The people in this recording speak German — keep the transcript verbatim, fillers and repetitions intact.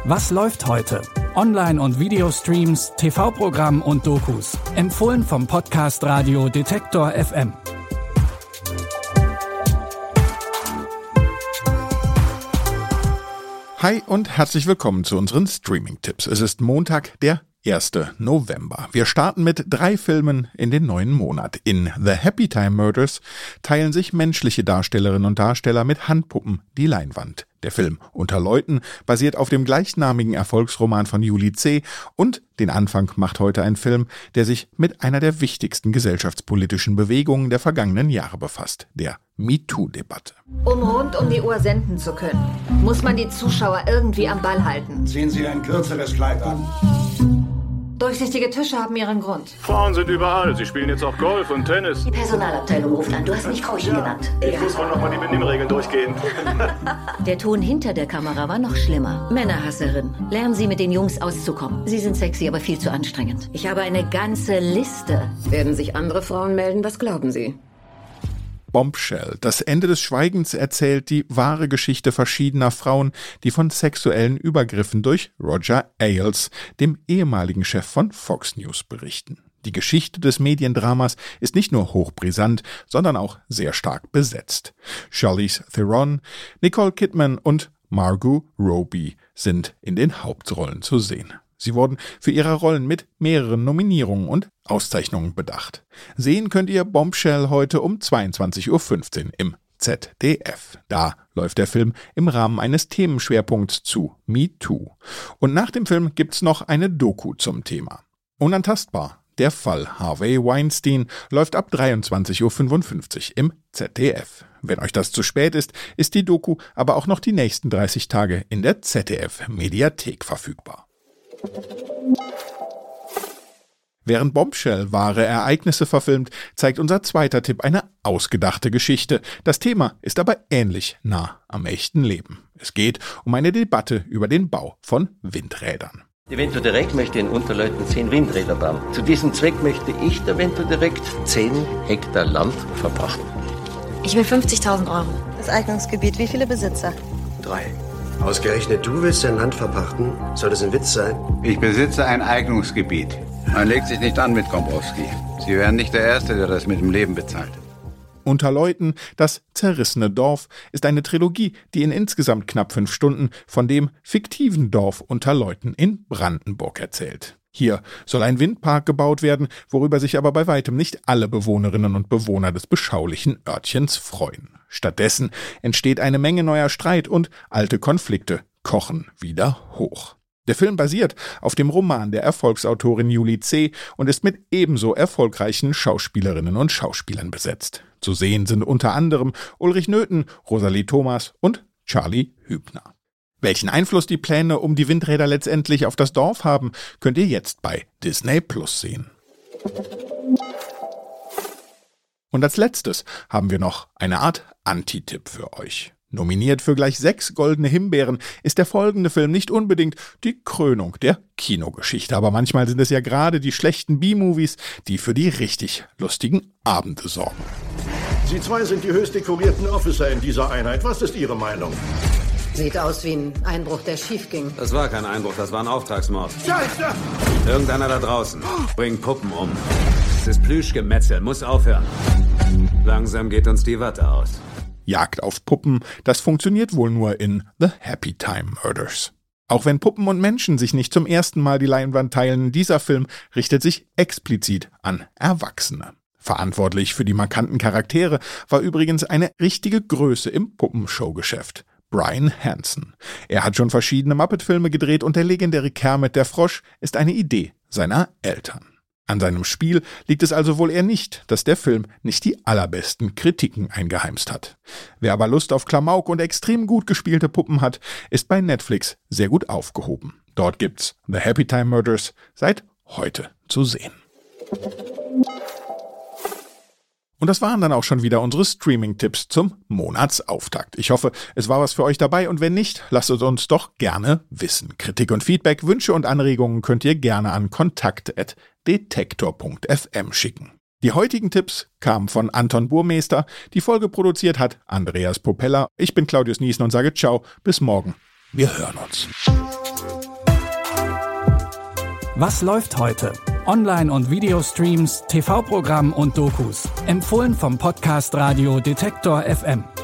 Was läuft heute? Online- und Videostreams, T V-Programm und Dokus. Empfohlen vom Podcast Radio Detektor F M. Hi und herzlich willkommen zu unseren Streaming-Tipps. Es ist Montag, der erster November. Wir starten mit drei Filmen in den neuen Monat. In The Happy Time Murders teilen sich menschliche Darstellerinnen und Darsteller mit Handpuppen die Leinwand. Der Film Unter Leuten basiert auf dem gleichnamigen Erfolgsroman von Julie C. und den Anfang macht heute ein Film, der sich mit einer der wichtigsten gesellschaftspolitischen Bewegungen der vergangenen Jahre befasst, der MeToo-Debatte. Um rund um die Uhr senden zu können, muss man die Zuschauer irgendwie am Ball halten. Ziehen Sie ein kürzeres Kleid an. Durchsichtige Tische haben ihren Grund. Frauen sind überall. Sie spielen jetzt auch Golf und Tennis. Die Personalabteilung ruft an. Du hast mich Frauchen ja, genannt. Ich muss wohl noch mal die Benimmregeln durchgehen. Der Ton hinter der Kamera war noch schlimmer. Männerhasserin. Lernen Sie mit den Jungs auszukommen. Sie sind sexy, aber viel zu anstrengend. Ich habe eine ganze Liste. Werden sich andere Frauen melden? Was glauben Sie? Bombshell. Das Ende des Schweigens erzählt die wahre Geschichte verschiedener Frauen, die von sexuellen Übergriffen durch Roger Ailes, dem ehemaligen Chef von Fox News, berichten. Die Geschichte des Mediendramas ist nicht nur hochbrisant, sondern auch sehr stark besetzt. Charlize Theron, Nicole Kidman und Margot Robbie sind in den Hauptrollen zu sehen. Sie wurden für ihre Rollen mit mehreren Nominierungen und Auszeichnungen bedacht. Sehen könnt ihr Bombshell heute um zweiundzwanzig Uhr fünfzehn im Z D F. Da läuft der Film im Rahmen eines Themenschwerpunkts zu MeToo. Und nach dem Film gibt's noch eine Doku zum Thema. Unantastbar. Der Fall Harvey Weinstein läuft ab dreiundzwanzig Uhr fünfundfünfzig im Z D F. Wenn euch das zu spät ist, ist die Doku aber auch noch die nächsten dreißig Tage in der Z D F-Mediathek verfügbar. Während Bombshell wahre Ereignisse verfilmt, zeigt unser zweiter Tipp eine ausgedachte Geschichte. Das Thema ist aber ähnlich nah am echten Leben. Es geht um eine Debatte über den Bau von Windrädern. Die Ventodirect möchte in Unterleuten zehn Windräder bauen. Zu diesem Zweck möchte ich der Ventodirect zehn Hektar Land verpachten. Ich will fünfzigtausend Euro. Das Eignungsgebiet, wie viele Besitzer? Drei. Ausgerechnet du willst dein Land verpachten? Soll das ein Witz sein? Ich besitze ein Eignungsgebiet. Man legt sich nicht an mit Kombrowski. Sie wären nicht der Erste, der das mit dem Leben bezahlt. Unter Leuten, das zerrissene Dorf, ist eine Trilogie, die in insgesamt knapp fünf Stunden von dem fiktiven Dorf Unter Leuten in Brandenburg erzählt. Hier soll ein Windpark gebaut werden, worüber sich aber bei weitem nicht alle Bewohnerinnen und Bewohner des beschaulichen Örtchens freuen. Stattdessen entsteht eine Menge neuer Streit und alte Konflikte kochen wieder hoch. Der Film basiert auf dem Roman der Erfolgsautorin Julie C. und ist mit ebenso erfolgreichen Schauspielerinnen und Schauspielern besetzt. Zu sehen sind unter anderem Ulrich Nöthen, Rosalie Thomas und Charlie Hübner. Welchen Einfluss die Pläne um die Windräder letztendlich auf das Dorf haben, könnt ihr jetzt bei Disney Plus sehen. Und als letztes haben wir noch eine Art Anti-Tipp für euch. Nominiert für gleich sechs goldene Himbeeren ist der folgende Film nicht unbedingt die Krönung der Kinogeschichte, aber manchmal sind es ja gerade die schlechten B-Movies, die für die richtig lustigen Abende sorgen. Sie zwei sind die höchst dekorierten Officer in dieser Einheit. Was ist Ihre Meinung? Sieht aus wie ein Einbruch, der schief ging. Das war kein Einbruch, das war ein Auftragsmord. Scheiße! Irgendeiner da draußen bringt Puppen um. Das ist Plüschgemetzel, muss aufhören. Langsam geht uns die Watte aus. Jagd auf Puppen, das funktioniert wohl nur in The Happy Time Murders. Auch wenn Puppen und Menschen sich nicht zum ersten Mal die Leinwand teilen, dieser Film richtet sich explizit an Erwachsene. Verantwortlich für die markanten Charaktere war übrigens eine richtige Größe im Puppenshow-Geschäft. Brian Hansen. Er hat schon verschiedene Muppet-Filme gedreht und der legendäre Kermit der Frosch ist eine Idee seiner Eltern. An seinem Spiel liegt es also wohl eher nicht, dass der Film nicht die allerbesten Kritiken eingeheimst hat. Wer aber Lust auf Klamauk und extrem gut gespielte Puppen hat, ist bei Netflix sehr gut aufgehoben. Dort gibt's The Happy Time Murders seit heute zu sehen. Und das waren dann auch schon wieder unsere Streaming-Tipps zum Monatsauftakt. Ich hoffe, es war was für euch dabei und wenn nicht, lasst es uns doch gerne wissen. Kritik und Feedback, Wünsche und Anregungen könnt ihr gerne an kontakt at detektor punkt f m schicken. Die heutigen Tipps kamen von Anton Burmeister, die Folge produziert hat Andreas Propeller. Ich bin Claudius Niesen und sage ciao, bis morgen. Wir hören uns. Was läuft heute? Online- und Videostreams, T V-Programm und Dokus. Empfohlen vom Podcast Radio Detektor F M.